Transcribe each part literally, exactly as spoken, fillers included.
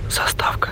Заставка.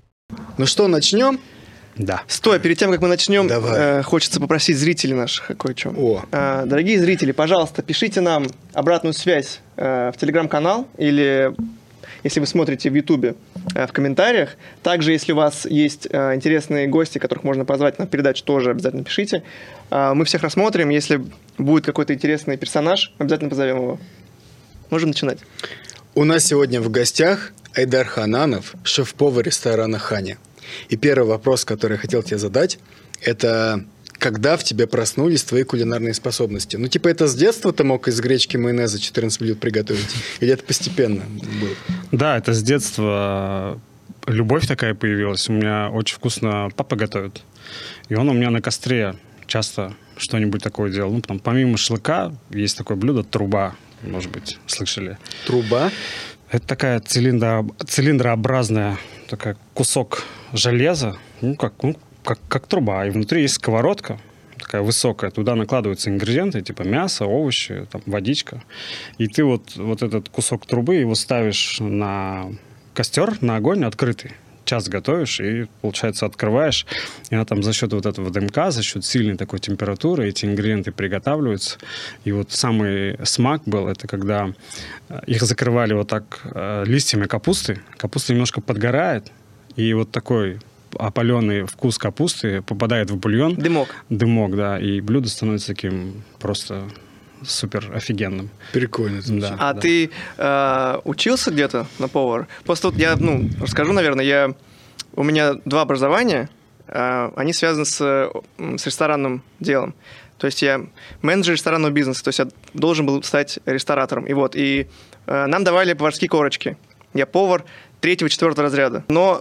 Ну что, начнем? Да. Стой, перед тем, как мы начнем, Давай. э, хочется попросить зрителей наших кое-что. О. Э, дорогие зрители, пожалуйста, пишите нам обратную связь э, в Телеграм-канал или, если вы смотрите в Ютубе, э, в комментариях. Также, если у вас есть э, интересные гости, которых можно позвать на передачу, тоже обязательно пишите. Э, мы всех рассмотрим. Если будет какой-то интересный персонаж, обязательно позовем его. Можем начинать. У нас сегодня в гостях Айдар Хананов, шеф-повар ресторана «Ханя». И первый вопрос, который я хотел тебе задать, это когда в тебе проснулись твои кулинарные способности? Ну, типа, это с детства ты мог из гречки майонеза четырнадцать блюд приготовить? Или это постепенно было? Да, это с детства любовь такая появилась. У меня очень вкусно папа готовит. И он у меня на костре часто что-нибудь такое делал. Ну, там, помимо шашлыка есть такое блюдо труба, может быть, слышали. Труба? Это такая цилиндро, цилиндрообразная такая кусок железа, ну, как, ну, как, как труба. И внутри есть сковородка такая высокая. Туда накладываются ингредиенты, типа мясо, овощи, там, водичка. И ты вот, вот этот кусок трубы его ставишь на костер, на огонь открытый. Час готовишь и, получается, открываешь. И она там за счет вот этого дымка, за счет сильной такой температуры эти ингредиенты приготавливаются. И вот самый смак был, это когда их закрывали вот так э, листьями капусты. Капуста немножко подгорает, и вот такой опаленный вкус капусты попадает в бульон. Дымок. Дымок, да. И блюдо становится таким просто супер офигенным. Прикольно. Да, а да. ты э, учился где-то на повара? Просто вот я, ну, расскажу, наверное, я... У меня два образования, э, они связаны с, с ресторанным делом. То есть я менеджер ресторанного бизнеса, то есть я должен был стать ресторатором. И вот, и э, нам давали поварские корочки. Я повар третьего-четвертого разряда. Но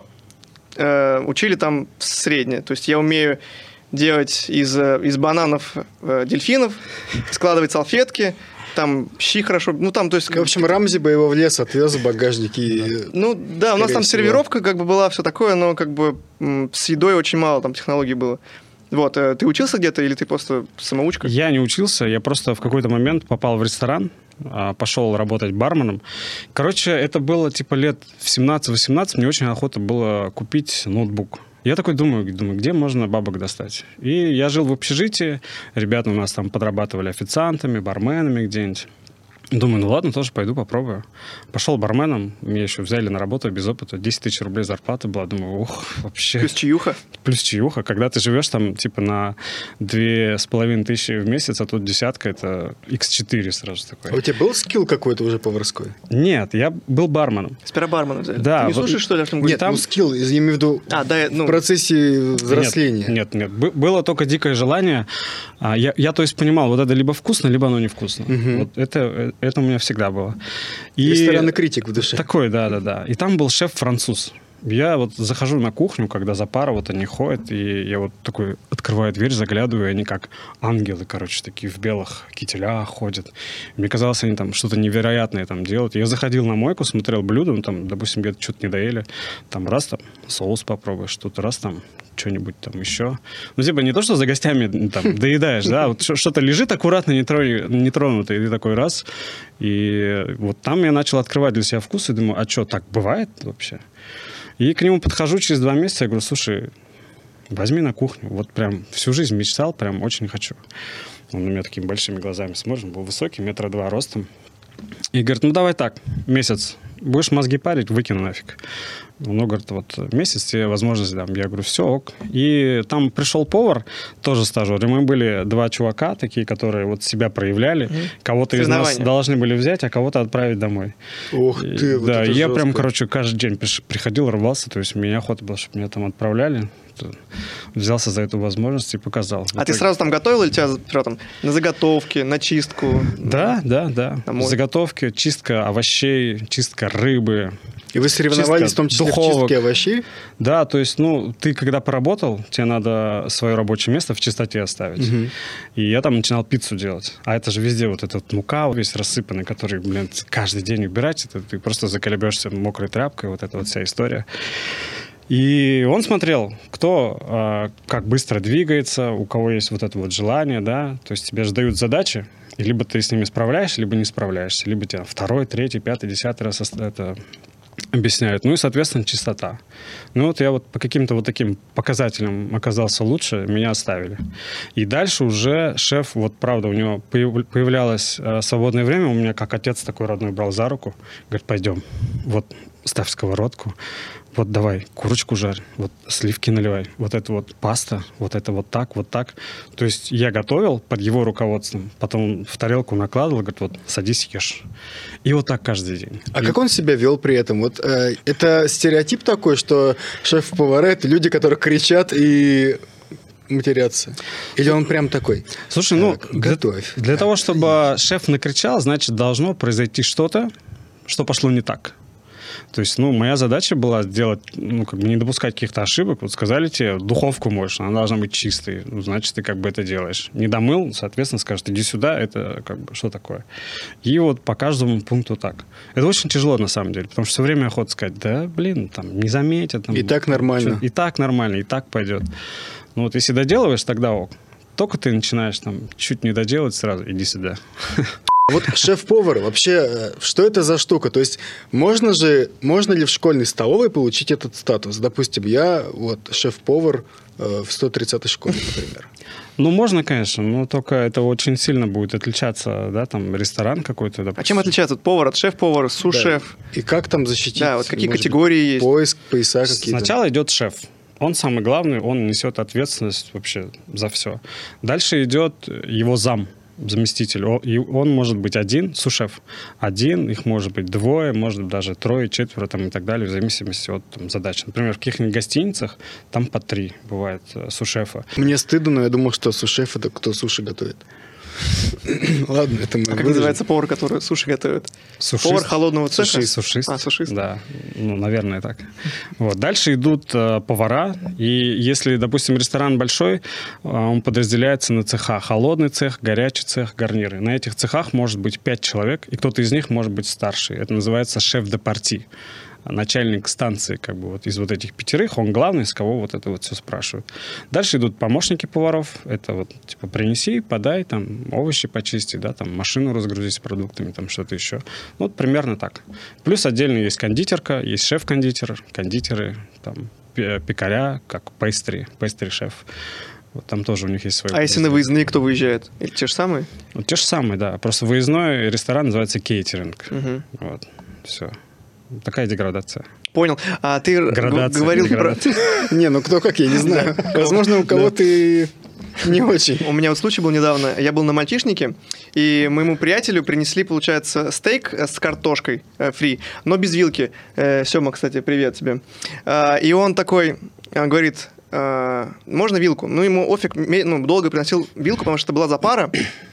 э, учили там среднее. То есть я умею делать из, из бананов э, дельфинов, складывать салфетки, там щи хорошо, ну там, то есть... В общем, Рамзи бы его в лес отвез в багажник и... Ну да, у нас там всего. сервировка как бы была, все такое, но как бы м, с едой очень мало там технологий было. Вот, э, ты учился где-то или ты просто самоучка? Я не учился, я просто в какой-то момент попал в ресторан, пошел работать барменом. Короче, это было типа лет в семнадцать-восемнадцать, мне очень охота было купить ноутбук. Я такой думаю, думаю, где можно бабок достать? И я жил в общежитии, ребята у нас там подрабатывали официантами, барменами где-нибудь. Думаю, ну ладно, тоже пойду попробую. Пошел барменом, меня еще взяли на работу без опыта, десять тысяч рублей зарплата была. Думаю, ох, вообще... Плюс чаюха? Плюс чаюха. Когда ты живешь там типа на две с половиной тысячи в месяц, а тут десятка, это икс четыре сразу такой. А у тебя был скилл какой-то уже поварской? Нет, я был барменом. Сперва бармена взяли. Да. Ты не вот... слушаешь, что ли? в том году? Нет, там... ну скилл, я имею в виду а, да, ну... в процессе взросления. Нет, нет, нет. Было только дикое желание. Я, я то есть, понимал, вот это либо вкусно, либо оно невкусно. Угу. Вот это, это у меня всегда было. И... Ресторанный критик в душе. Такой, да-да-да. И там был шеф-француз. Я вот захожу на кухню, когда за пара вот они ходят, и я вот такой открываю дверь, заглядываю, и они как ангелы, короче, такие в белых кителях ходят. Мне казалось, они там что-то невероятное там делают. Я заходил на мойку, смотрел блюдо, ну, там, допустим, где-то что-то не доели, там раз там соус попробуешь, что-то раз там что-нибудь там еще. Ну, типа не то, что за гостями там доедаешь, да, вот что-то лежит аккуратно, нетронутое, и ты такой раз. И вот там я начал открывать для себя вкус, и думаю, а что, так бывает вообще? И к нему подхожу через два месяца, я говорю, слушай, возьми на кухню. Вот прям всю жизнь мечтал, прям очень хочу. Он на меня такими большими глазами смотрит, он был высокий, метра два ростом. И говорит, ну давай так, месяц, будешь мозги парить, выкину нафиг. Он говорит, вот месяц тебе возможность дам. Я говорю, все, ок. И там пришел повар, тоже стажер, и мы были два чувака такие, которые вот себя проявляли. Mm-hmm. Кого-то из нас должны были взять, а кого-то отправить домой. Ух и, ты, вот да, это и я жестко. прям, короче, каждый день приходил, рвался, то есть мне охота была, чтобы меня там отправляли. Взялся за эту возможность и показал. А ты сразу там готовил или тебя что, там, на заготовки, на чистку? Да, да, да. Домой? Заготовки, чистка овощей, чистка рыбы. И вы соревновались чистка в том числе духовок. в чистке овощей? Да, то есть, ну, ты когда поработал, тебе надо свое рабочее место в чистоте оставить. Угу. И я там начинал пиццу делать. А это же везде вот эта вот мука весь рассыпанный, который, блин, каждый день убирать, это ты просто заколебешься мокрой тряпкой, вот эта вот вся история. И он смотрел, кто э, как быстро двигается, у кого есть вот это вот желание, да, то есть тебе же дают задачи, и либо ты с ними справляешься, либо не справляешься, либо тебе второй, третий, пятый, десятый раз это объясняют. Ну и, соответственно, чистота. Ну вот я вот по каким-то вот таким показателям оказался лучше, меня оставили. И дальше уже шеф, вот правда, у него появлялось э, свободное время, у меня как отец такой родной брал за руку, говорит, пойдем, вот ставь сковородку, вот давай курочку жарь, вот сливки наливай, вот это вот паста, вот это вот так, вот так. То есть я готовил под его руководством, потом в тарелку накладывал, говорит, вот садись, ешь. И вот так каждый день. А и... как он себя вел при этом? Вот э, это стереотип такой, что шеф-повара — это люди, которые кричат и матерятся? Или он прям такой? Слушай, ну, так, готовь. Для, для того, чтобы шеф накричал, значит, должно произойти что-то, что пошло не так. То есть, ну, моя задача была сделать, ну, как бы не допускать каких-то ошибок. Вот сказали тебе, духовку моешь, она должна быть чистой. Ну, значит, ты как бы это делаешь. Не домыл, соответственно, скажет, иди сюда, это как бы что такое? И вот по каждому пункту так. Это очень тяжело, на самом деле, потому что все время охота сказать, да, блин, там, не заметят. Там, и так нормально. И так нормально, и так пойдет. Ну, вот если доделываешь, тогда ок. Только ты начинаешь там чуть не доделать, сразу иди сюда. Вот шеф-повар, вообще, что это за штука? То есть можно же, можно ли в школьной столовой получить этот статус? Допустим, я вот шеф-повар в сто тридцатой школе, например. Ну, можно, конечно, но только это очень сильно будет отличаться, да, там, ресторан какой-то, допустим. А чем отличается повар от шеф-повара, су-шеф? Да. И как там защитить? Да, вот какие категории быть, есть? Поиск, пояса какие-то. Сначала идет шеф. Он самый главный, он несет ответственность вообще за все. Дальше идет его зам, заместитель. И он может быть один, су-шеф. Один, их может быть двое, может быть даже трое, четверо там, и так далее, в зависимости от там, задач. Например, в каких-нибудь гостиницах там по три бывает су-шефа. Мне стыдно, но я думал, что су-шеф — это кто суши готовит. Ладно, это мы А как называется повар, который суши готовит? Сушист. Повар холодного цеха? Сушист. Сушист. А, сушист. Да, ну, наверное, так. Вот. Дальше идут э, повара, и если, допустим, ресторан большой, э, он подразделяется на цеха. Холодный цех, горячий цех, гарниры. На этих цехах может быть пять человек, и кто-то из них может быть старший. Это называется шеф-де-парти. Начальник станции, как бы вот из вот этих пятерых, он главный, с кого вот это вот все спрашивают. Дальше идут помощники поваров, это вот типа принеси, подай, там овощи почисти, да, там машину разгрузи с продуктами, там что-то еще. Ну, вот примерно так. Плюс отдельно есть кондитерка, есть шеф-кондитер, кондитеры, там пекаря, как пейстри, пейстри-шеф. Вот там тоже у них есть свои... А если на выездные кто выезжает? Или те же самые? Ну, те же самые, да. Просто выездной ресторан называется кейтеринг. Угу. Вот, все. Такая деградация. Понял. А ты Градация, говорил про... Не, ну кто как, я не знаю. Возможно, у кого-то и не очень. У меня вот случай был недавно. Я был на мальчишнике, и моему приятелю принесли, получается, стейк с картошкой фри, но без вилки. Сёма, кстати, привет тебе. И он такой говорит... можно вилку? Ну, ему офиг, ну, долго приносил вилку, потому что это была запара.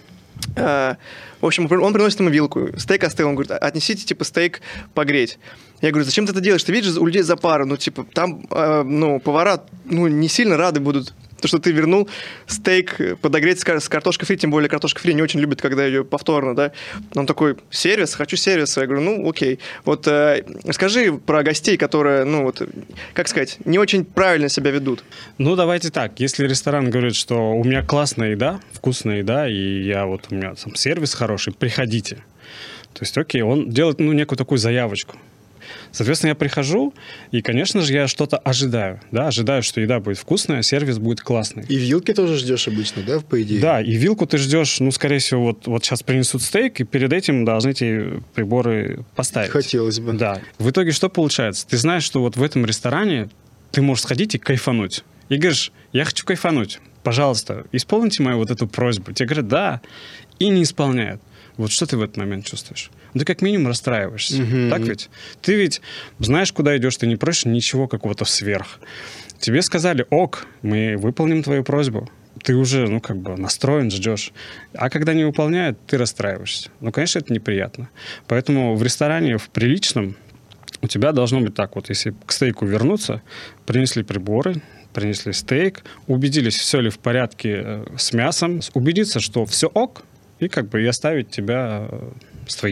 В общем, он приносит ему вилку, стейк остыл, он говорит, отнесите, типа, стейк погреть. Я говорю, зачем ты это делаешь? Ты видишь, у людей запара, ну, типа, там, э, ну, повара, ну, не сильно рады будут, то, что ты вернул стейк подогреть с картошкой фри, тем более картошка фри не очень любит, когда ее повторно, да. Он такой, сервис, хочу сервиса. Я говорю, ну, окей. Вот э, скажи про гостей, которые, ну, вот, как сказать, не очень правильно себя ведут. Ну, давайте так. Если ресторан говорит, что у меня классная еда, вкусная еда, и я вот, у меня там сервис хороший, приходите. То есть, окей, он делает, ну, некую такую заявочку. Соответственно, я прихожу, и, конечно же, я что-то ожидаю. Да? Ожидаю, что еда будет вкусная, сервис будет классный. И вилки тоже ждешь обычно, да, по идее? Да, и вилку ты ждешь, ну, скорее всего, вот, вот сейчас принесут стейк, и перед этим должны эти приборы поставить. Хотелось бы. Да. В итоге что получается? Ты знаешь, что вот в этом ресторане ты можешь сходить и кайфануть. И говоришь, я хочу кайфануть, пожалуйста, исполните мою вот эту просьбу. Тебе говорят, да, и не исполняют. Вот что ты в этот момент чувствуешь? Ну, ты как минимум расстраиваешься. Mm-hmm. Так ведь? Ты ведь знаешь, куда идешь, ты не просишь ничего какого-то сверх. Тебе сказали, ок, мы выполним твою просьбу. Ты уже, ну, как бы настроен, ждешь. А когда не выполняют, ты расстраиваешься. Ну, конечно, это неприятно. Поэтому в ресторане, в приличном, у тебя должно быть так вот. Если к стейку вернуться, принесли приборы, принесли стейк, убедились, все ли в порядке с мясом, убедиться, что все ок, и как бы и оставить тебя с твоей едой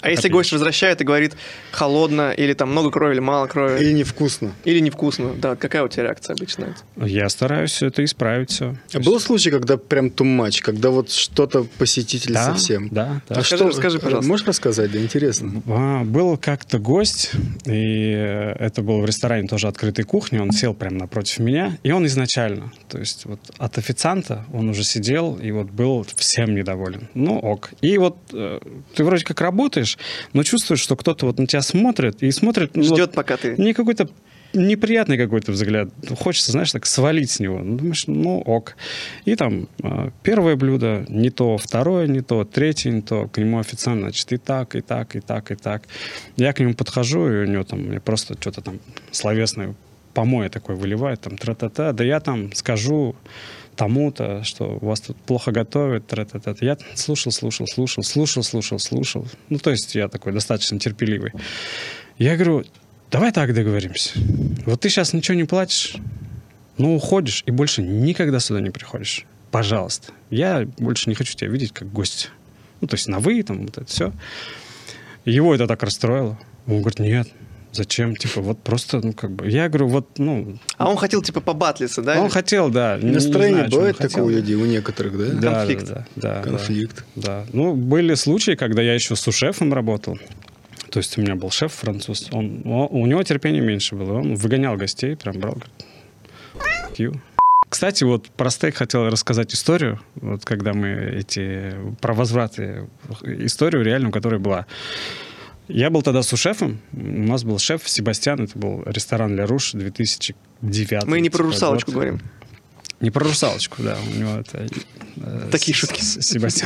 А если гость возвращает и говорит холодно, или там много крови, или мало крови? Или невкусно. Или невкусно, да. Какая у тебя реакция обычно? Я стараюсь это исправить все. А был случай, когда прям too much, когда вот что-то посетитель Да, совсем? да, да. А Расскажи, что, расскажи, пожалуйста. Можешь рассказать? Да, интересно. А, Был как-то гость, и это был в ресторане тоже открытой кухни, он сел прямо напротив меня, и он изначально, то есть вот от официанта он уже сидел и вот был всем недоволен. Ну ок. И вот э, ты вроде как работаешь, но чувствуешь, что кто-то вот на тебя смотрит, и смотрит... ну, Ждет, вот, пока ты... не какой-то неприятный какой-то взгляд. Хочется, знаешь, так свалить с него. Ну, думаешь, ну ок. И там э, первое блюдо не то, второе не то, третье не то. К нему официант, значит, и так, и так, и так, и так. Я к нему подхожу, и у него там мне просто что-то там словесное помои такое выливает, там, тра-та-та. Да я там скажу тому-то, что у вас тут плохо готовят, тра-та-та. Я слушал, слушал, слушал, слушал, слушал, слушал. Ну, то есть я такой достаточно терпеливый. Я говорю, давай так договоримся. Вот ты сейчас ничего не платишь, но уходишь и больше никогда сюда не приходишь. Пожалуйста. Я больше не хочу тебя видеть как гостя. Ну, то есть на «вы», там, вот это все. Его это так расстроило. Он говорит, нет, зачем? Типа, вот просто, ну, как бы... Я говорю, вот, ну... А он хотел, типа, побатлиться, да? Он хотел, да. Не- не Настроение знаю, что он бывает хотел. такое у людей, у некоторых, да? Да, Конфликт. Да, да, да, Конфликт. Да. Ну, были случаи, когда я еще с сушефом работал. То есть у меня был шеф француз. Он, он- у него терпения меньше было. Он выгонял гостей, прям брал. Говорит, «You». Кстати, вот про стейк хотел рассказать историю. Вот когда мы эти... Про возвраты. Историю реальную, которая была. Я был тогда сушефом. У нас был шеф Себастьян. Это был ресторан «Ля Руш», две тысячи девятый. Мы не про типа, русалочку год. говорим. Не про русалочку, да. У него это... э, Такие с- шутки. с- Себастьян.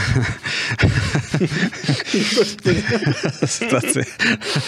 Ситуация.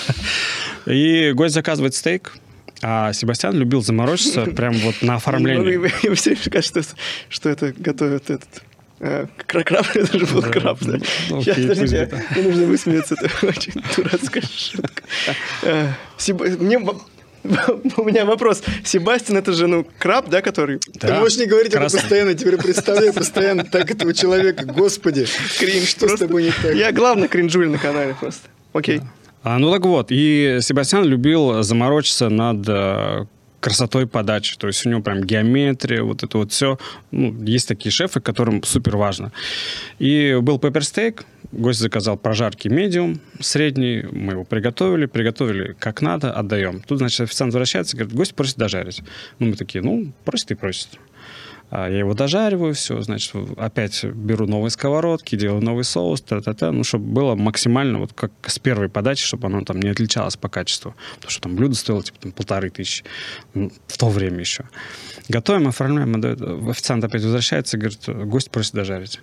И гость заказывает стейк, а Себастьян любил заморочиться прям вот на оформлении. Мне все время кажется, что- что это готовят этот... э, кра- Краб, это же был Да. краб, да? Ну, Сейчас, окей, подожди, пусть мне будет. мне нужно высмеяться, это очень дурацкая шутка. Э, Себа- Мне... во- У меня вопрос. Себастьян, это же, ну, краб, да, который... Ты Да. можешь не говорить это Красный. постоянно, теперь представляю постоянно так этого человека. Господи, Кринж. что с просто. тобой не так? Я главный кринжуль на канале просто. Окей. А, ну так вот, и Себастьян любил заморочиться над э, красотой подачи. То есть у него прям геометрия, вот это вот все. Ну, есть такие шефы, которым супер важно. И был пепперстейк. Гость заказал прожарки медиум, средний. Мы его приготовили, приготовили как надо, отдаем. Тут, значит, официант возвращается, говорит, гость просит дожарить. Ну, мы такие, ну, просит и просит. А я его дожариваю, все, значит, опять беру новые сковородки, делаю новый соус, та-та-та, ну, чтобы было максимально вот как с первой подачи, чтобы оно там не отличалось по качеству. Потому что там блюдо стоило, типа, там, полторы тысячи. Ну, в то время еще. Готовим, оформляем, отдает. Официант опять возвращается, говорит, гость просит дожарить.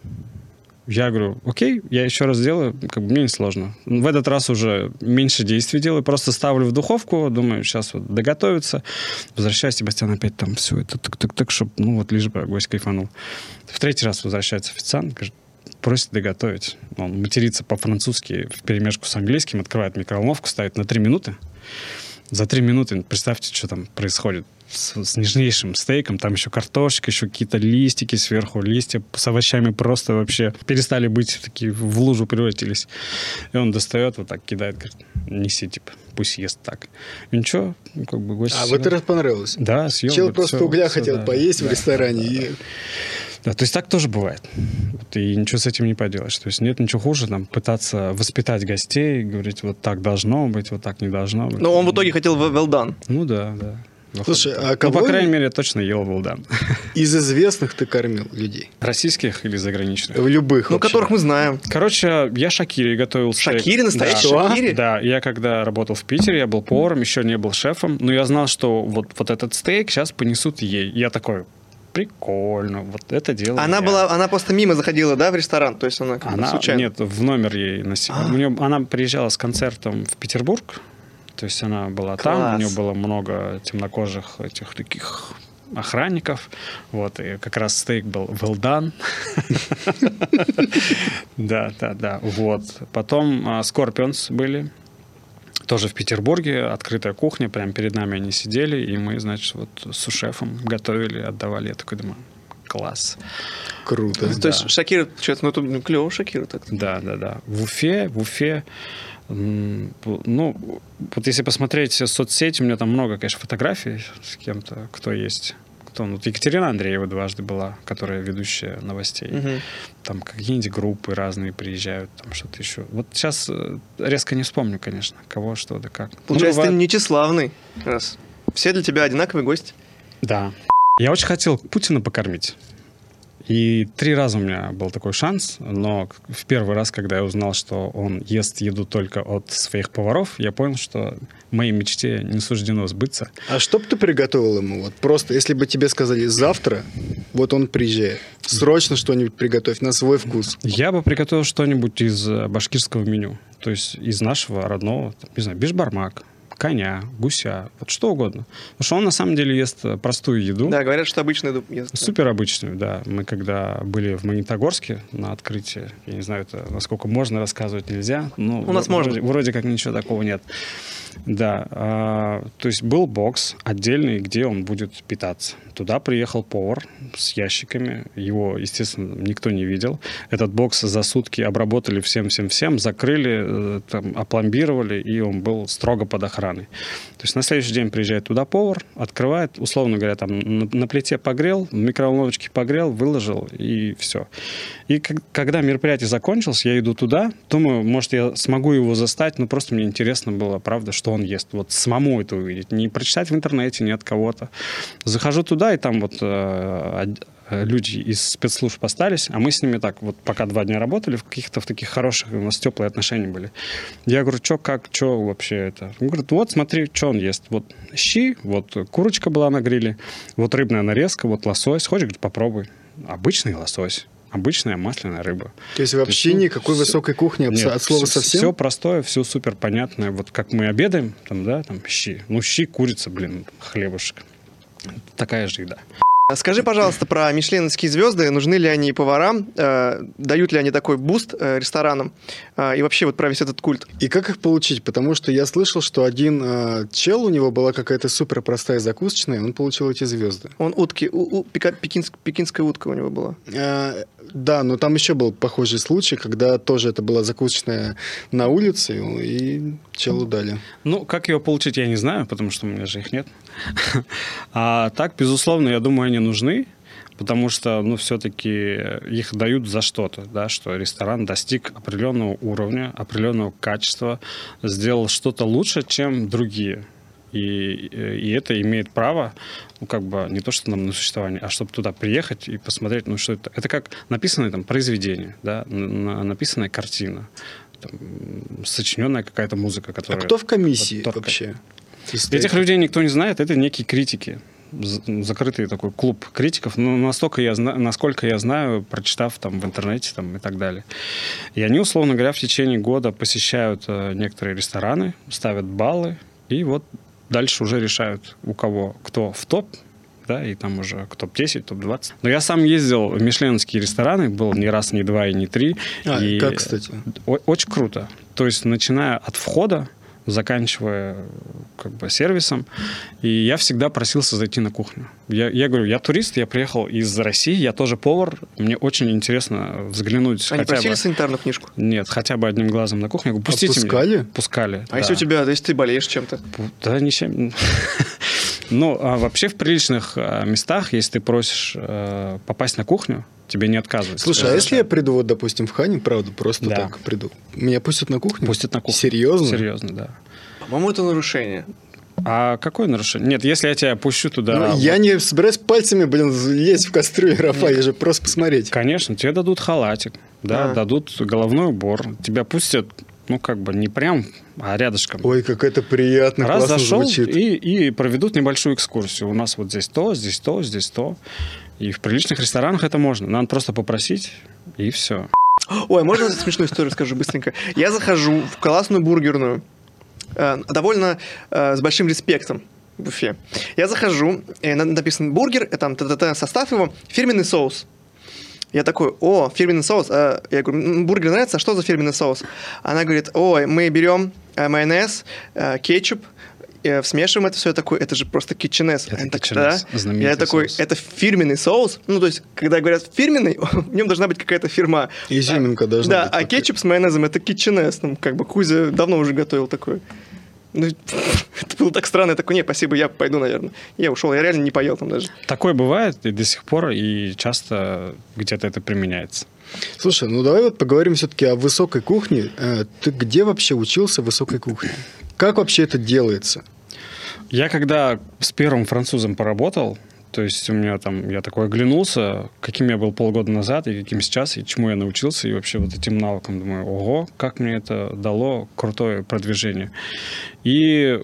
Я говорю, окей, я еще раз делаю, как бы мне не сложно. В этот раз уже меньше действий делаю, просто ставлю в духовку, думаю, сейчас вот доготовится. Возвращаюсь, Себастьян опять там все это так-так-так, чтобы, ну вот, лишь бы гость кайфанул. В третий раз возвращается официант, говорит, просит доготовить. Он матерится по-французски вперемешку с английским, открывает микроволновку, ставит на три минуты. За три минуты, представьте, что там происходит с, с нежнейшим стейком. Там еще картошечка, еще какие-то листики сверху. Листья с овощами просто вообще перестали быть, такие в лужу превратились. И он достает, вот так кидает, говорит, неси, типа, пусть ест так. И ничего, ну, как бы гость А в съел. этот раз понравилось? Да, съел. Чел говорит, просто всё, угля всё, хотел да, поесть да, в ресторане. да, и... Да, то есть так тоже бывает. Вот, и ничего с этим не поделаешь. То есть нет ничего хуже, там, пытаться воспитать гостей, говорить, вот так должно быть, вот так не должно быть. Но он в итоге хотел в well done. Ну да, да. Слушай, а Ну, кого по крайней мере, я точно ел волдан. из известных ты кормил людей? Российских или заграничных? В любых Ну, вообще. которых мы знаем. Короче, я Шакири готовил стейк. Шакири? Настоящий Да. Шакири? Да, я когда работал в Питере, я был поваром, еще не был шефом, но я знал, что вот, вот этот стейк сейчас понесут ей. Я такой, прикольно, вот это дело. Она я. была, она просто мимо заходила, да, в ресторан? То есть она как бы Она, случайно? нет, в номер ей носила. А. У нее, она приезжала с концертом в Петербург, то есть она была там, Класс. у нее было много темнокожих этих таких охранников, вот, и как раз стейк был well done. Да, да, да, вот. Потом Scorpions были, тоже в Петербурге, открытая кухня, прямо перед нами они сидели, и мы, значит, вот с сушефом готовили, отдавали. Я такой думаю, класс. Круто. То есть Шакира, что-то, ну, это клево Шакира так. Да, да, да. В Уфе, в Уфе Ну, вот если посмотреть соцсети, у меня там много, конечно, фотографий с кем-то, кто есть. Кто, ну, Екатерина Андреева дважды была, которая ведущая новостей. Угу. Там какие-нибудь группы разные приезжают, там что-то еще. Вот сейчас резко не вспомню, конечно, кого, что да как. Получается, ну, ты не тщеславный. Раз. Все для тебя одинаковые гости. Да. Я очень хотел Путина покормить. И три раза у меня был такой шанс, но в первый раз, когда я узнал, что он ест еду только от своих поваров, я понял, что моей мечте не суждено сбыться. А что бы ты приготовил ему? Вот просто, если бы тебе сказали завтра, вот он приезжает, срочно что-нибудь приготовь на свой вкус. Я бы приготовил что-нибудь из башкирского меню, то есть из нашего родного, не знаю, бишбармак, коня, гуся, вот что угодно. Потому что он на самом деле ест простую еду. Да, говорят, что обычную еду ест. Супер обычную, да. Мы когда были в Магнитогорске на открытии, я не знаю, это насколько можно рассказывать, нельзя. Но У нас вроде, можно. Вроде как ничего такого нет. Да, а, то есть был бокс отдельный, где он будет питаться. Туда приехал повар с ящиками. Его, естественно, никто не видел. Этот бокс за сутки обработали всем-всем-всем, закрыли, там, опломбировали, и он был строго под охраной. То есть на следующий день приезжает туда повар, открывает, условно говоря, там на, на плите погрел, в микроволновочке погрел, выложил, и все. И как, когда мероприятие закончилось, я иду туда, думаю, может, я смогу его застать, но просто мне интересно было, правда, что он ест. Вот самому это увидеть. Не прочитать в интернете, не от кого-то. Захожу туда, и там вот э, люди из спецслужб остались, а мы с ними так вот пока два дня работали, в каких-то в таких хороших, у нас теплые отношения были. Я говорю, что, как, что вообще это? Он говорит, вот смотри, что он ест. Вот щи, вот курочка была на гриле, вот рыбная нарезка, вот лосось. Хочешь, говорит, попробуй. Обычный лосось. Обычная масляная рыба. То есть вообще То есть, никакой все, высокой кухни нет, от слова все, совсем? Все простое, все супер понятное. Вот как мы обедаем, там, да, там щи. Ну, щи, курица, блин, хлебушек. Такая же еда. Скажи, пожалуйста, про мишленовские звезды. Нужны ли они поварам? Э, дают ли они такой буст э, ресторанам? Э, и вообще вот про весь этот культ. И как их получить? Потому что я слышал, что один э, чел, у него была какая-то супер простая закусочная, он получил эти звезды. Он утки, у, у, пека, пекинск, пекинская утка у него была. Э, да, но там еще был похожий случай, когда тоже это была закусочная на улице, и челу дали. Ну, как ее получить, я не знаю, потому что у меня же их нет. А так, безусловно, я думаю, они нужны, потому что, ну, все-таки их дают за что-то, да, что ресторан достиг определенного уровня, определенного качества, сделал что-то лучше, чем другие. И, и это имеет право, ну, как бы, не то, что нам на существование, а чтобы туда приехать и посмотреть, ну, что это. Это как написанное там произведение, да, написанная картина, там, сочиненная какая-то музыка, которая... А кто в комиссии вот, вообще? Этих людей никто не знает, это некие критики. Закрытый такой клуб критиков, но настолько я знаю, насколько я знаю, прочитав там в интернете там, и так далее. И они, условно говоря, в течение года посещают э, некоторые рестораны, ставят баллы, и вот дальше уже решают, у кого кто в топ, да, и там уже топ десять, топ двадцать. Но я сам ездил в мишленовские рестораны, был не раз, не два и не три. А, и как, кстати? Очень круто. То есть, начиная от входа, заканчивая как бы сервисом. И я всегда просился зайти на кухню. Я, я говорю, я турист, я приехал из России, я тоже повар. Мне очень интересно взглянуть. Они хотя просили бы... санитарную книжку? Нет, хотя бы одним глазом на кухню. Я говорю, пустите а пускали? меня. Пускали? А да. если у тебя, да, если ты болеешь чем-то? Да, ничем. Ну, а вообще в приличных местах, если ты просишь попасть на кухню, тебе не отказывают. Слушай, а если я приду, вот, допустим, в Ханю, правда, просто да. так приду, меня пустят на кухню? Пустят на кухню. Серьезно? Серьезно, да. По-моему, это нарушение. А какое нарушение? Нет, если я тебя пущу туда... Ну, вот... Я не собираюсь пальцами, блин, лезть в кастрюлю, Рафа, я же просто посмотреть. Конечно, тебе дадут халатик, да, а. дадут головной убор. Тебя пустят, ну, как бы не прям, а рядышком. Ой, как это приятно, Раз классно зашел, звучит. И, и проведут небольшую экскурсию. У нас вот здесь то, здесь то, здесь то. И в приличных ресторанах это можно. Надо просто попросить, и все. Ой, можно смешную историю скажу быстренько? Я захожу в классную бургерную, э, довольно э, с большим респектом в Уфе. Я захожу, и написан бургер, и там т-т-т, состав его, фирменный соус. Я такой, о, фирменный соус. А, я говорю, бургер нравится, а что за фирменный соус? Она говорит, ой, мы берем майонез, кетчуп, э, смешиваем это все, я такой, это же просто kitcheness. Это так, kitcheness, да? знаменитый Я такой, соус. это фирменный соус. Ну, то есть, когда говорят фирменный, в нем должна быть какая-то фирма. Изюминка должна Да, быть. а такая. кетчуп с майонезом это kitcheness. Там, как бы Кузя давно уже готовил такой. Ну, это было так странно. Я такой, не, спасибо, я пойду, наверное. Я ушел, я реально не поел там даже. Такое бывает и до сих пор, и часто где-то это применяется. Слушай, ну давай вот поговорим все-таки о высокой кухне. Э, Ты где вообще учился высокой кухне? Как вообще это делается? Я когда с первым французом поработал, то есть у меня там, я такой оглянулся, каким я был полгода назад и каким сейчас, и чему я научился, и вообще вот этим навыкам, думаю, ого, как мне это дало крутое продвижение. И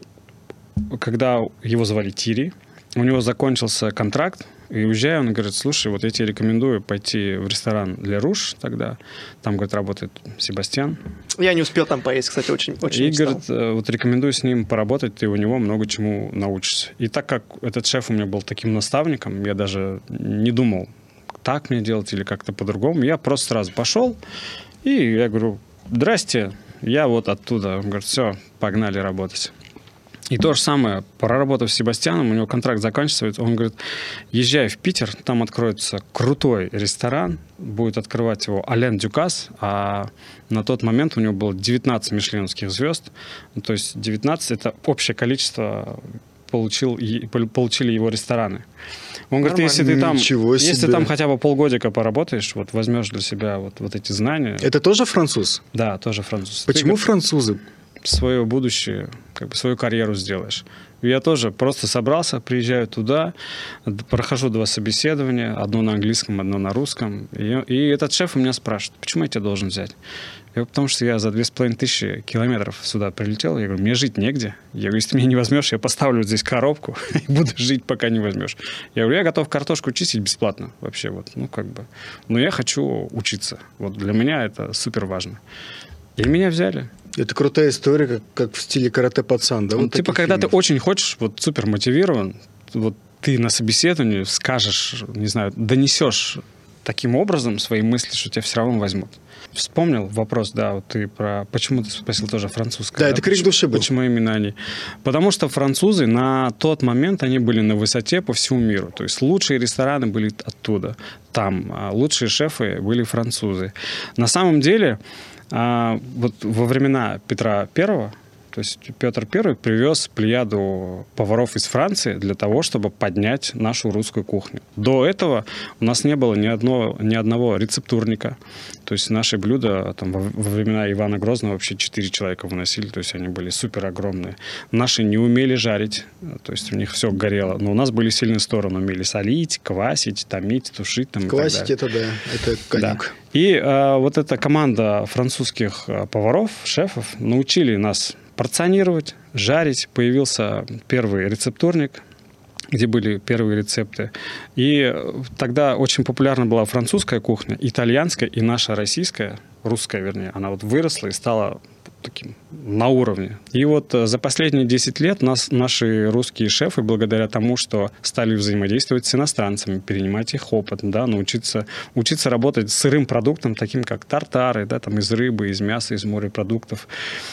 когда его звали Тири, у него закончился контракт, и уезжая, он говорит, слушай, вот я тебе рекомендую пойти в ресторан «Ле Руш» тогда, там, говорит, работает Себастьян. Я не успел там поесть, кстати, очень, очень И, устал. говорит, вот рекомендую с ним поработать, ты у него много чему научишься. И так как этот шеф у меня был таким наставником, я даже не думал, так мне делать или как-то по-другому. Я просто сразу пошел, и я говорю, здрасте, я вот оттуда. Он говорит, все, погнали работать. И то же самое, проработав с Себастьяном, у него контракт заканчивается, он говорит, езжай в Питер, там откроется крутой ресторан, будет открывать его Ален Дюкас, а на тот момент у него было девятнадцать мишленовских звезд, ну, то есть девятнадцать это общее количество получил, получили его рестораны. Он говорит, если ты там, Ничего если себе. там хотя бы полгодика поработаешь, вот возьмешь для себя вот, вот эти знания. Это тоже француз? Да, тоже француз. Почему Ты, французы? свое будущее, как бы свою карьеру сделаешь. Я тоже просто собрался, приезжаю туда, прохожу два собеседования, одно на английском, одно на русском. И, и этот шеф у меня спрашивает, почему я тебя должен взять? Я, потому что я за две с половиной тысячи километров сюда прилетел. Я говорю, мне жить негде. Я говорю, если ты меня не возьмешь, я поставлю вот здесь коробку и буду жить, пока не возьмешь. Я говорю, я готов картошку чистить бесплатно вообще. Вот, ну, как бы. Но я хочу учиться. Вот для меня это супер важно. И меня взяли. Это крутая история, как, как в стиле карате-пацан, да? Ну, Вот типа, таких когда фильмов. ты очень хочешь, вот супер мотивирован, вот ты на собеседовании скажешь, не знаю, донесешь таким образом свои мысли, что тебя все равно возьмут. Вспомнил вопрос, да, вот ты про... Почему ты спросил тоже французское? Да, это крик почему, души был. Почему именно они? Потому что французы на тот момент, они были на высоте по всему миру. То есть лучшие рестораны были оттуда, там. А лучшие шефы были французы. На самом деле, а, вот во времена Петра Первого, то есть Петр Первый привез плеяду поваров из Франции для того, чтобы поднять нашу русскую кухню. До этого у нас не было ни, одно, ни одного рецептурника. То есть наши блюда там, во, во времена Ивана Грозного вообще четыре человека выносили, то есть они были супер огромные. Наши не умели жарить, то есть у них все горело. Но у нас были сильные стороны. Умели солить, квасить, томить, тушить. Там, Квасить это да, это конюк. Да. И э, вот эта команда французских поваров, шефов, научили нас порционировать, жарить. Появился первый рецептурник, где были первые рецепты. И тогда очень популярна была французская кухня, итальянская и наша российская, русская, вернее. Она вот выросла и стала таким на уровне. И вот за последние десять лет нас, наши русские шефы, благодаря тому, что стали взаимодействовать с иностранцами, перенимать их опыт, да, научиться учиться работать с сырым продуктом, таким как тартары, да, там из рыбы, из мяса, из морепродуктов,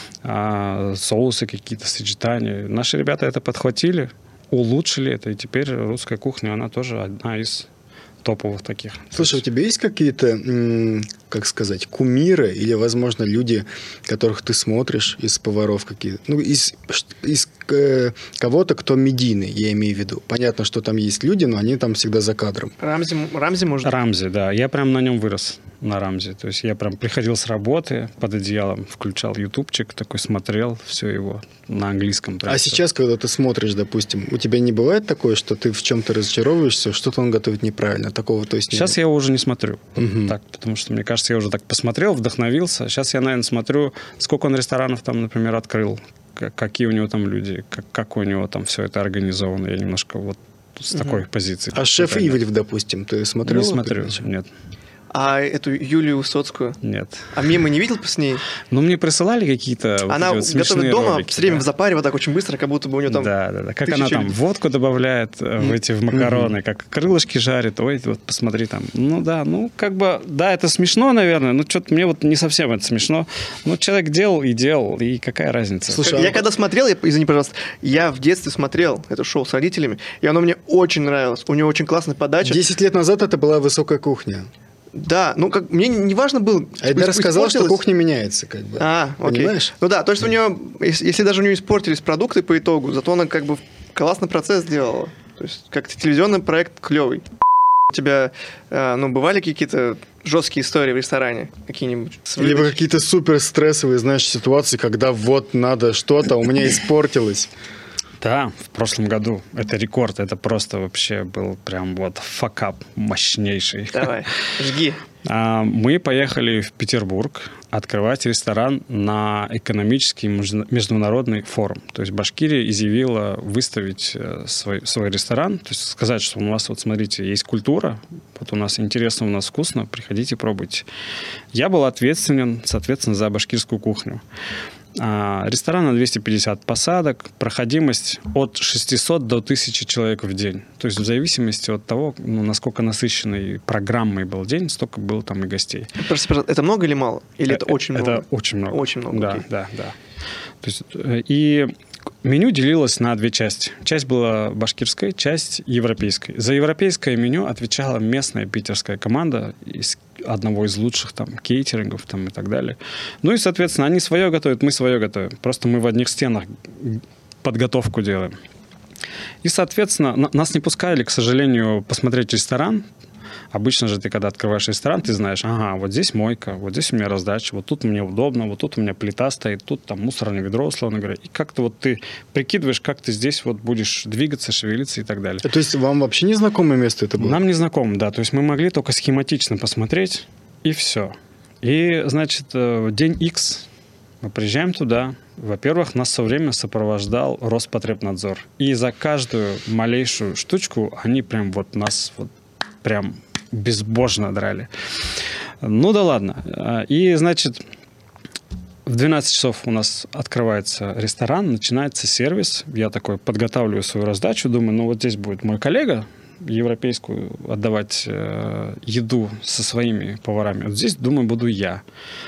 а, соусы какие-то, сочетания. Наши ребята это подхватили, улучшили это, и теперь русская кухня, она тоже одна из топовых таких. Слушай, у тебя есть какие-то, м, как сказать, кумиры или, возможно, люди, которых ты смотришь из поваров какие-то? Ну, из, из э, кого-то, кто медийный, я имею в виду. Понятно, что там есть люди, но они там всегда за кадром. Рамзи, Рамзи может... Рамзи, да. Я прям на нем вырос, на Рамзи. То есть я прям приходил с работы под одеялом, включал ютубчик, такой смотрел все его на английском. А сейчас, когда ты смотришь, допустим, у тебя не бывает такое, что ты в чем-то разочаровываешься, что-то он готовит неправильно? Такого, то есть, сейчас я его уже не смотрю. Угу. Так, потому что, мне кажется, я уже так посмотрел, вдохновился. Сейчас я, наверное, смотрю, сколько он ресторанов там, например, открыл, какие у него там люди, как, как у него там все это организовано. Я немножко вот с такой угу. позиции. А «Шеф Ивлев», допустим, ты смотрел? Не смотрю, нет. А эту Юлию Высоцкую? Нет. А мемы не видел с ней? Ну, мне присылали какие-то вот Она вот готовит дома ролики, все время да. в запаре, вот так очень быстро, как будто бы у нее там... Да, да, да. Как тысячи она там людей. водку добавляет в эти в макароны, mm-hmm. как крылышки жарит. Ой, вот посмотри там. Ну да, ну как бы, да, это смешно, наверное, но что-то мне вот не совсем это смешно. Ну, человек делал и делал, и какая разница? Слушай, я а... когда смотрел, я, извини, пожалуйста, я в детстве смотрел это шоу с родителями, и оно мне очень нравилось. У него очень классная подача. Десять лет назад это была «Высокая кухня». Да, ну как мне не важно было. Айдар сказал, что кухня меняется, как бы. А, окей. Понимаешь? Ну да, то есть у нее, если, если даже у нее испортились продукты по итогу, зато она как бы классный процесс сделала. То есть как телевизионный проект клевый. У тебя, ну, бывали какие-то жесткие истории в ресторане? Какие-нибудь? Либо какие-то супер стрессовые, знаешь, ситуации, когда вот надо что-то, у меня испортилось. Да, в прошлом году. Это рекорд. Это просто вообще был прям вот факап мощнейший. Давай, жги. Мы поехали в Петербург открывать ресторан на экономический международный форум. То есть Башкирия изъявила выставить свой, свой ресторан, то есть сказать, что у нас, вот смотрите, есть культура, вот у нас интересно, у нас вкусно, приходите, пробуйте. Я был ответственен, соответственно, за башкирскую кухню. Ресторан на двести пятьдесят посадок, проходимость от шестисот до тысячи человек в день. То есть в зависимости от того, ну, насколько насыщенной программой был день, столько было там и гостей. Прости, пожалуйста, это много или мало? Или это, это очень много? Это очень много. Очень много, да, окей. да, да. То есть, и меню делилось на две части. Часть была башкирская, часть европейская. За европейское меню отвечала местная питерская команда из одного из лучших там кейтерингов там, и так далее. Ну и, соответственно, они свое готовят, мы свое готовим. Просто мы в одних стенах подготовку делаем. И, соответственно, нас не пускали, к сожалению, посмотреть ресторан. Обычно же ты, когда открываешь ресторан, ты знаешь, ага, вот здесь мойка, вот здесь у меня раздача, вот тут мне удобно, вот тут у меня плита стоит, тут там мусорное ведро, условно говоря. И как-то вот ты прикидываешь, как ты здесь вот будешь двигаться, шевелиться и так далее. То есть вам вообще незнакомое место это было? Нам не знакомо, да. То есть мы могли только схематично посмотреть, и все. И, значит, день X, мы приезжаем туда. Во-первых, нас все время сопровождал Роспотребнадзор. И за каждую малейшую штучку они прям вот нас вот прям безбожно драли. Ну да ладно. И, значит, в двенадцать часов у нас открывается ресторан, начинается сервис. Я такой подготавливаю свою раздачу, думаю, ну вот здесь будет мой коллега европейскую отдавать э, еду со своими поварами. Вот здесь, думаю, буду я.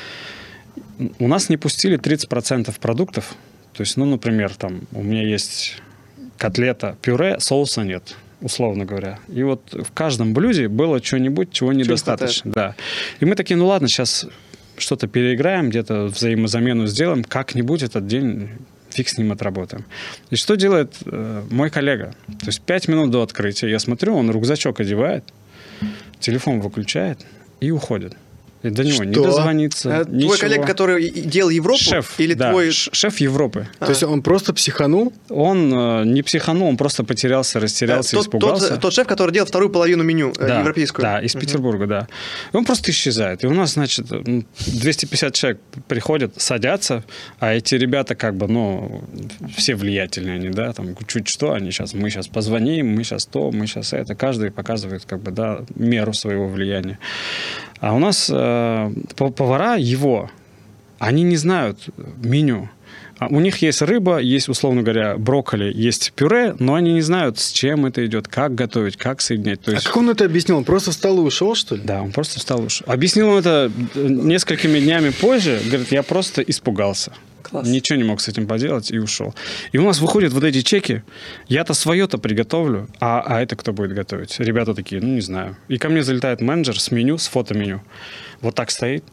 У нас не пустили тридцать процентов продуктов. То есть, ну, например, там у меня есть котлета, пюре, соуса нет, условно говоря. И вот в каждом блюде было что-нибудь, чего недостаточно. Да. И мы такие, ну ладно, сейчас что-то переиграем, где-то взаимозамену сделаем, как-нибудь этот день фиг с ним отработаем. И что делает э, мой коллега? То есть пять минут до открытия я смотрю, он рюкзачок одевает, телефон выключает и уходит. И до него что? не дозвониться, а твой коллега, который делал Европу? Шеф, или да, твой... шеф Европы. А. То есть он просто психанул? Он э, не психанул, он просто потерялся, растерялся, тот, испугался. Тот, тот шеф, который делал вторую половину меню да, европейскую. Да, из uh-huh. Петербурга, да. И он просто исчезает. И у нас, значит, двести пятьдесят человек приходят, садятся, а эти ребята как бы, ну, все влиятельные они, да, там, чуть что, они сейчас, мы сейчас позвоним, мы сейчас то, мы сейчас это. Каждый показывает, как бы, да, меру своего влияния. А у нас э, повара его, они не знают меню. У них есть рыба, есть, условно говоря, брокколи, есть пюре, но они не знают, с чем это идет, как готовить, как соединять. То есть... А как он это объяснил? Он просто встал и ушел, что ли? Да, он просто встал и ушел. Объяснил он это несколькими днями позже. Говорит, я просто испугался. Класс. Ничего не мог с этим поделать и ушел. И у нас выходят вот эти чеки. Я-то свое-то приготовлю, а, а это кто будет готовить? Ребята такие, ну, не знаю. И ко мне залетает менеджер с меню, с фотоменю. Вот так стоит.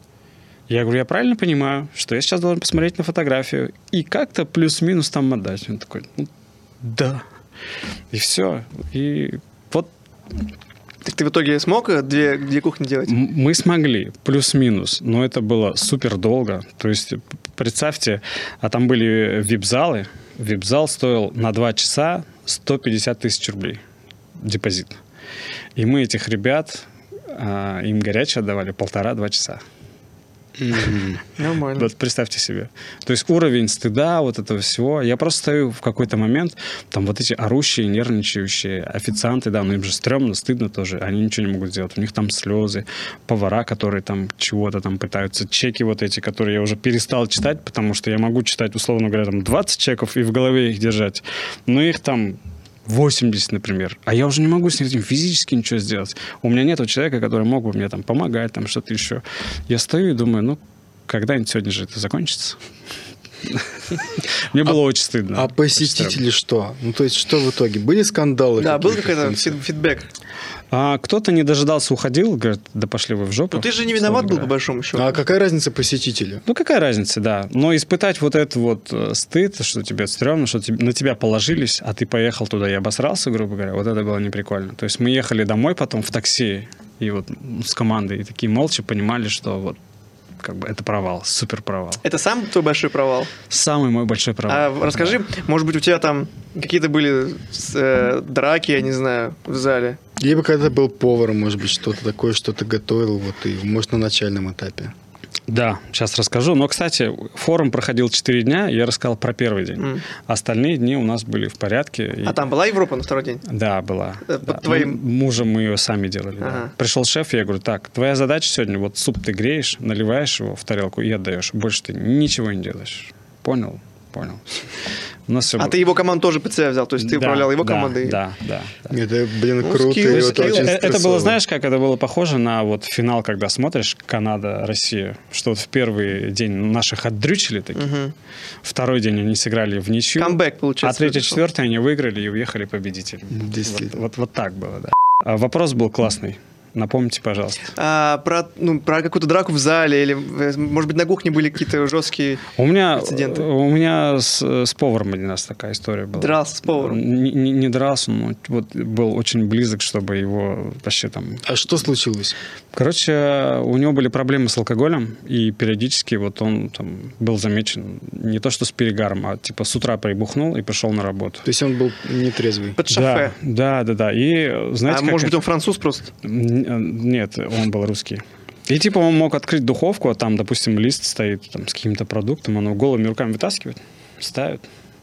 Я говорю, я правильно понимаю, что я сейчас должен посмотреть на фотографию и как-то плюс-минус там отдать. Он такой, ну, да. И все. И вот... Так ты в итоге смог две, две кухни делать? Мы смогли, плюс-минус, но это было супер долго. То есть, представьте, а там были вип-залы. Вип-зал стоил на два часа сто пятьдесят тысяч рублей депозит. И мы этих ребят, им горячее отдавали полтора-два часа. Нормально. Вот представьте себе. То есть уровень стыда, вот этого всего. Я просто стою в какой-то момент, там вот эти орущие, нервничающие официанты, да, ну им же стрёмно, стыдно тоже, они ничего не могут сделать. У них там слезы, повара, которые там чего-то там пытаются, чеки вот эти, которые я уже перестал читать, потому что я могу читать, условно говоря, там двадцать чеков и в голове их держать. Но их там восемьдесят, например. А я уже не могу с этим физически ничего сделать. У меня нет человека, который мог бы мне там помогать, там что-то еще. Я стою и думаю, ну, когда-нибудь сегодня же это закончится. Мне было очень стыдно. А посетители что? Ну, то есть, что в итоге? Были скандалы? Да, был какой-то фидбэк. А кто-то не дожидался, уходил, говорит, да пошли вы в жопу. Ну ты же не виноват был, по большому счету. А какая разница посетителю? Ну какая разница, да. Но испытать вот этот вот стыд, что тебе стрёмно, что на тебя положились, а ты поехал туда и обосрался, грубо говоря, вот это было неприкольно. То есть мы ехали домой потом в такси, и вот с командой, и такие молча понимали, что вот как бы это провал, супер провал. Это сам твой большой провал? Самый мой большой провал. А расскажи, да. Может быть, у тебя там какие-то были э, драки, я не знаю, в зале? Либо когда был поваром, может быть, что-то такое, что ты готовил, вот и, может, на начальном этапе. Да, сейчас расскажу. Но, кстати, форум проходил четыре дня, я рассказал про первый день. Mm. Остальные дни у нас были в порядке. А и... там была Европа на второй день? Да, была. Под да. твоим... Мужем мы ее сами делали. Ага. Да. Пришел шеф, я говорю, так, твоя задача сегодня, вот суп ты греешь, наливаешь его в тарелку и отдаешь. Больше ты ничего не делаешь. Понял? Понял. У нас а было... ты его команду тоже под себя взял? То есть ты да, управлял его да, командой? Да, да. да. Это, блин, ну, круто. скилл, и скилл. вот очень это было, стрессово. знаешь, как это было похоже на вот финал, когда смотришь Канада-Россия, что вот в первый день наших отдрючили такие, угу. Второй день они сыграли в ничью, камбэк, получается. А третий, четвертый они выиграли и уехали победителями. Вот, вот, вот так было, да. А вопрос был классный. Напомните, пожалуйста. А, про, ну, про какую-то драку в зале или, может быть, на кухне были какие-то жесткие у меня, прецеденты? У меня с, с поваром один раз такая история была. Дрался с поваром? Не, не, не дрался, но вот был очень близок, чтобы его вообще там... А что случилось? Короче, у него были проблемы с алкоголем, и периодически вот он там был замечен не то что с перегаром, а типа с утра прибухнул и пошел на работу. То есть он был нетрезвый? Под шофе? Да, да, да. да. И, знаете, а может быть, он француз просто? Нет, он был русский. И типа он мог открыть духовку, а там, допустим, лист стоит там, с каким-то продуктом, он его голыми руками вытаскивает, ставит.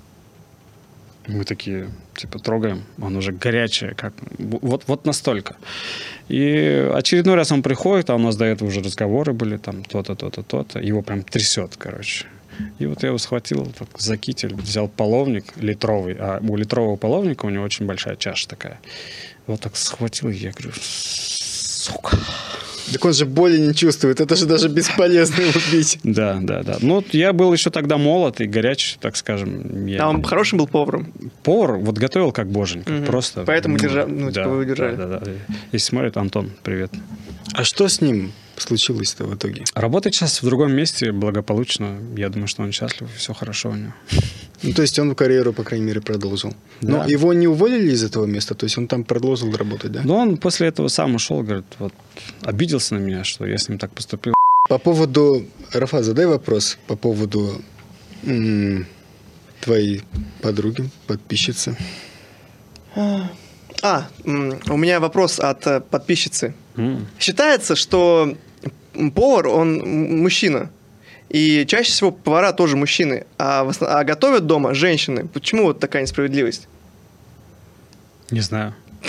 Мы такие, типа, трогаем, он уже горячий, как вот, вот настолько. И очередной раз он приходит, а у нас до этого уже разговоры были, там, то-то, то-то, то-то. Его прям трясет, короче. И вот я его схватил так, за китель, взял половник литровый, а у литрового половника у него очень большая чаша такая. Вот так схватил, и я говорю, сука. Так он же боли не чувствует, это же даже бесполезно его бить. Да, да, да. Ну, я был еще тогда молод и горячий, так скажем. Я... А он хорошим был поваром? Повар, вот готовил как боженька, угу. просто. Поэтому ну, держа... ну, да, типа вы удержали. Да, да, да. Если смотрит, Антон, привет. А что с ним случилось-то в итоге? Работает сейчас в другом месте, благополучно. Я думаю, что он счастлив, все хорошо у него. Ну, то есть он карьеру, по крайней мере, продолжил. Да. Но его не уволили из этого места? То есть он там продолжил работать, да? Но он после этого сам ушел, говорит, вот, обиделся на меня, что я с ним так поступил. По поводу... Рафа, задай вопрос по поводу м- твоей подруги, подписчицы. А, у меня вопрос от э, подписчицы. Mm. Считается, что повар, он мужчина. И чаще всего повара тоже мужчины. А, в основ... а готовят дома женщины. Почему вот такая несправедливость? Не знаю.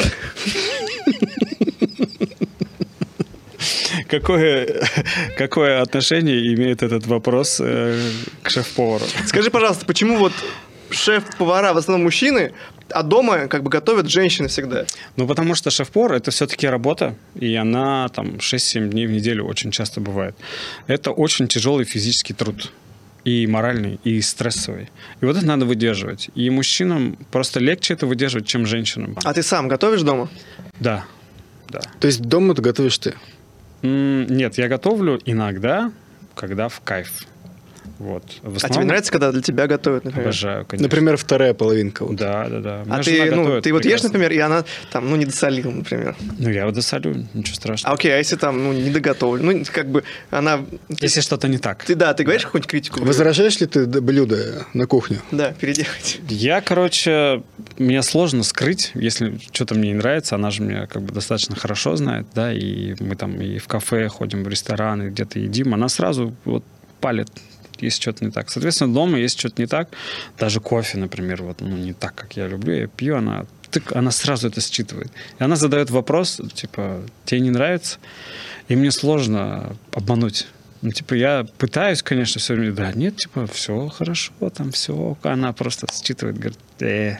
Какое, какое отношение имеет этот вопрос э, к шеф-повару? Скажи, пожалуйста, почему вот шеф-повара в основном мужчины, а дома как бы готовят женщины всегда? Ну, потому что шеф-повар – это все-таки работа, и она там шесть-семь дней в неделю очень часто бывает. Это очень тяжелый физический труд. И моральный, и стрессовый. И вот это надо выдерживать. И мужчинам просто легче это выдерживать, чем женщинам. А ты сам готовишь дома? Да, да. То есть дома ты готовишь ты? М- нет, я готовлю иногда, когда в кайф. Вот. В А тебе основном нравится, когда для тебя готовят, например? обожаю, конечно. Например, вторая половинка. Вот. Да, да, да. У А меня ты, жена ну, готовит ты вот ешь, прекрасно. например, и она там, ну, не досолила, например. Ну, я вот досолю, ничего страшного. А окей, а если там, ну, не доготовлю? Ну, как бы она... Если что-то не так. Ты, да, ты говоришь какую-нибудь критику? Возражаешь ли ты блюдо на кухню? Да, переделать. Я, короче, мне сложно скрыть, если что-то мне не нравится, она же меня как бы достаточно хорошо знает, да, и мы там и в кафе ходим, в рестораны, где-то едим, она сразу вот палит, если что-то не так. Соответственно, дома, если что-то не так, даже кофе, например, вот, ну, не так, как я люблю, я пью, она, тык, она сразу это считывает. И она задает вопрос, типа, тебе не нравится? И мне сложно обмануть. Ну, типа, я пытаюсь, конечно, все время, да, нет, типа, все хорошо, там все, она просто считывает, говорит, э.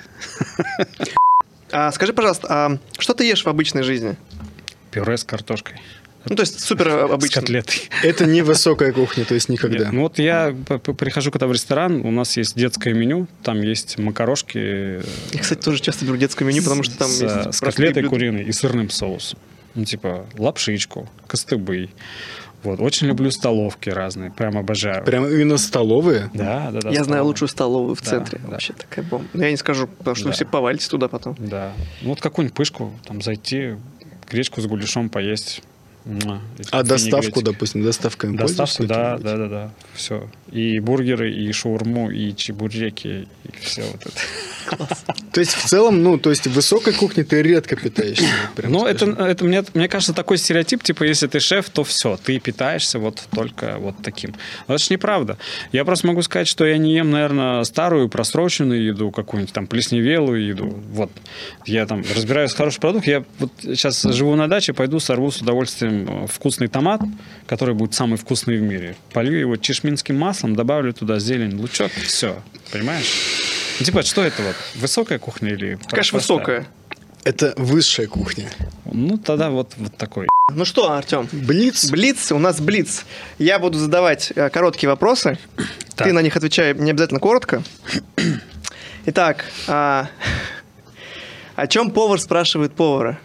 А скажи, пожалуйста, а что ты ешь в обычной жизни? Пюре с картошкой. Ну, то есть супер С обычно. котлетой. Это не высокая кухня, то есть никогда. Нет, ну вот я п- п- прихожу когда в ресторан, у нас есть детское меню, там есть макарошки Я, кстати, тоже часто беру детское меню, потому что там с, есть с простые котлетой блюда. куриной и сырным соусом. Ну, типа лапшичку, костыбый. Вот. Очень люблю столовки разные, прям обожаю. Прям именно столовые? Да, да, да. Я знаю столовые. лучшую столовую в Да, центре. да. Вообще такая бомба. Но я не скажу, потому что вы Да. все повалитесь туда потом. Да. Ну, вот какую-нибудь пышку, там зайти, гречку с гуляшом поесть. Муа. А доставку, Винегретик. допустим, доставками Доставку, пользуешься да, какими-нибудь? да, да, да, все. И бургеры, и шаурму, и чебуреки, и все вот это. То есть, в целом, ну, то есть, в высокой кухне ты редко питаешься. прям Ну, это, скажем. это мне, мне кажется, такой стереотип, типа, если ты шеф, то все, ты питаешься вот только вот таким. Но это же неправда. Я просто могу сказать, что я не ем, наверное, старую просроченную еду, какую-нибудь там плесневелую еду. Вот. Я там разбираюсь в хороший продукт. Я вот сейчас живу на даче, пойду сорву с удовольствием вкусный томат, который будет самый вкусный в мире. Полью его чешминским маслом, добавлю туда зелень, лучок, все. Понимаешь? Ну, типа, что это вот? Высокая кухня или... Конечно, простая? высокая. Это высшая кухня. Ну, тогда вот, вот такой. Ну что, Артем? Блиц. Блиц, у нас блиц. Я буду задавать э, короткие вопросы. Так. Ты на них отвечай не обязательно коротко. Итак, а, о чем повар спрашивает повара?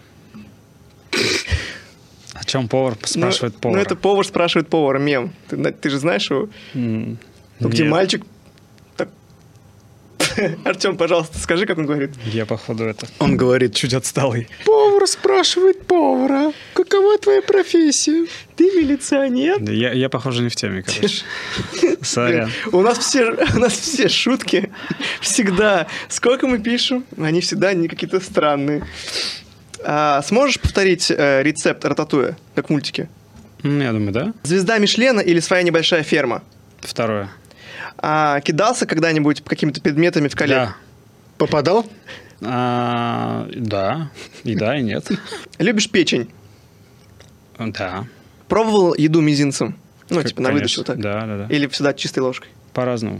О чем повар спрашивает ну, повара? Ну, это повар спрашивает повара, мем. Ты, на- ты же знаешь его? М, Ну, где нет. мальчик... Так. Артем, пожалуйста, скажи, как он говорит. Я, походу, это Он говорит, чуть отсталый. повар спрашивает повара, какова твоя профессия? Ты милиционер? Да, Я, я, похоже, не в теме, короче. Сорян. У нас все, у нас все шутки всегда. Сколько мы пишем, они всегда не какие-то странные. А, сможешь повторить э, рецепт рататуя, как в мультике? Ну, я думаю, да. Звезда Мишлена или своя небольшая ферма? Второе. А, кидался когда-нибудь какими-то предметами в коллег? Да. Попадал? А, да. И да, и нет. Любишь печень? Да. Пробовал еду мизинцем? Ну, К- типа на конечно. выдачу вот так? Да, да, да. Или всегда чистой ложкой? По-разному.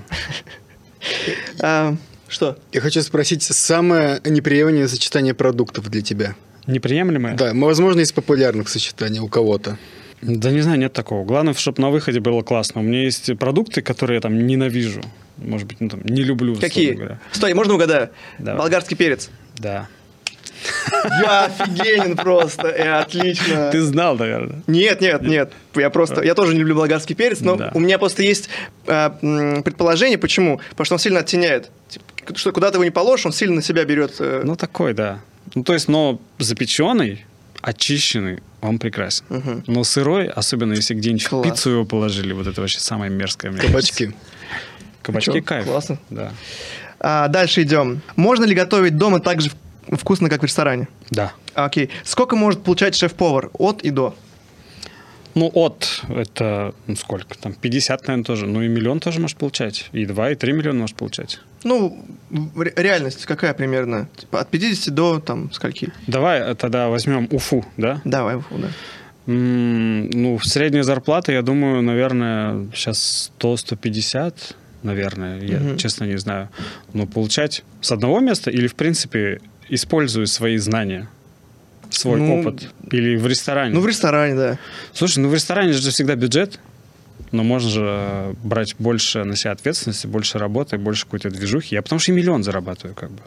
А, что? Я хочу спросить, самое неприемлемое сочетание продуктов для тебя? Неприемлемое? Да, возможно, из популярных сочетаний у кого-то. Да не знаю, нет такого. Главное, чтобы на выходе было классно. У меня есть продукты, которые я там ненавижу. Может быть, ну, там, не люблю, условно Какие? говоря. Стой, можно угадаю? Давай. Болгарский перец. Да. Я офигенен просто, и отлично. Ты знал, наверное. Нет, нет, нет. Я просто, я тоже не люблю болгарский перец, но Да. у меня просто есть а, м, предположение, почему? Потому что он сильно оттеняет. Типа, что куда ты его не положишь, он сильно на себя берет. э. Ну, такой, да. Ну, то есть, но запеченный, очищенный, он прекрасен. Мгм. Но сырой, особенно если где-нибудь Класс. в пиццу его положили, вот это вообще самое мерзкое. мне Кабачки. кажется. Кабачки Чё, кайф. классно. Да. А, дальше идем. Можно ли готовить дома так же в- вкусно, как в ресторане? Да. А, Окей. Сколько может получать шеф-повар от и до? Ну, от, это, ну, сколько там, пятьдесят, наверное, тоже. Ну, и миллион тоже может получать. И два, и три миллиона может получать. Ну, в- ре- реальность какая примерно? Типа от пятидесяти до там скольки? Давай тогда возьмем Уфу, да? Давай, фу, да. М, ну, средняя зарплата, я думаю, наверное, сейчас сто - сто пятьдесят, наверное, я Мгм. честно не знаю. Но получать с одного места или, в принципе, используя свои знания, свой Ну, опыт? Или в ресторане? Ну, в ресторане, да. Слушай, ну в ресторане же всегда бюджет, но можно же брать больше на себя ответственности, больше работы, больше какой-то движухи. Я потому что и миллион зарабатываю, как бы.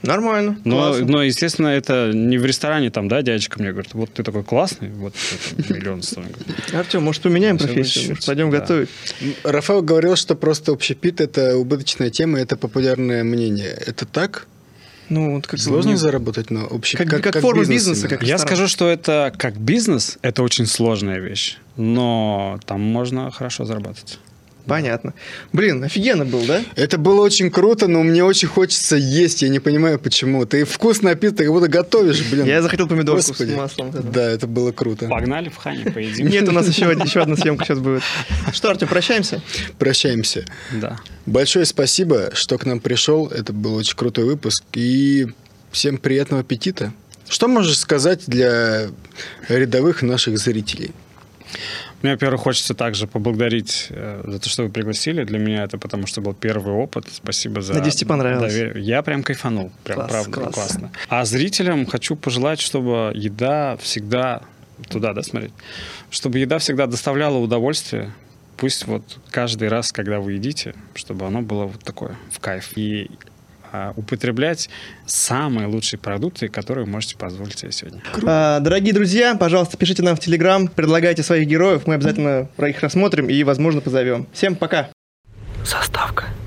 Нормально. Но, классно. но, естественно, это не в ресторане, там, да, дядечка мне говорит, вот ты такой классный, вот это миллион стоит. Артем, может, поменяем Всё профессию? чуть-чуть, Может, пойдем да. готовить? Рафаэл говорил, что просто общепит – это убыточная тема, это популярное мнение. Это так? Ну, вот как Сложно не- заработать на общепит? Как- как форма бизнеса, именно? как- Я ресторан. скажу, что это как бизнес, это очень сложная вещь, но там можно хорошо зарабатывать. Понятно. Блин, офигенно был, да? Это было очень круто, но мне очень хочется есть. Я не понимаю, почему. Ты вкусно напит, ты как будто готовишь, блин. Я захотел помидорку Господи. с маслом. вот это. Да, это было круто. Погнали в Хане, поедим. Нет, у нас еще, еще одна съемка сейчас будет. Что, Артем, прощаемся? Прощаемся. Да. Большое спасибо, что к нам пришел. Это был очень крутой выпуск. И всем приятного аппетита. Что можешь сказать для рядовых наших зрителей? Мне, во-первых, хочется также поблагодарить э, за то, что вы пригласили. Для меня это потому, что был первый опыт. Спасибо за Надеюсь, тебе понравилось. доверие. Я прям кайфанул. Прям Класс, правда класс. классно. А зрителям хочу пожелать, чтобы еда всегда... Туда, да, смотреть? Чтобы еда всегда доставляла удовольствие. Пусть вот каждый раз, когда вы едите, чтобы оно было вот такое, в кайф. И а, употреблять самые лучшие продукты, которые можете позволить себе сегодня. А, дорогие друзья, пожалуйста, пишите нам в Телеграм, предлагайте своих героев, мы обязательно про их рассмотрим и, возможно, позовем. Всем пока! Заставка.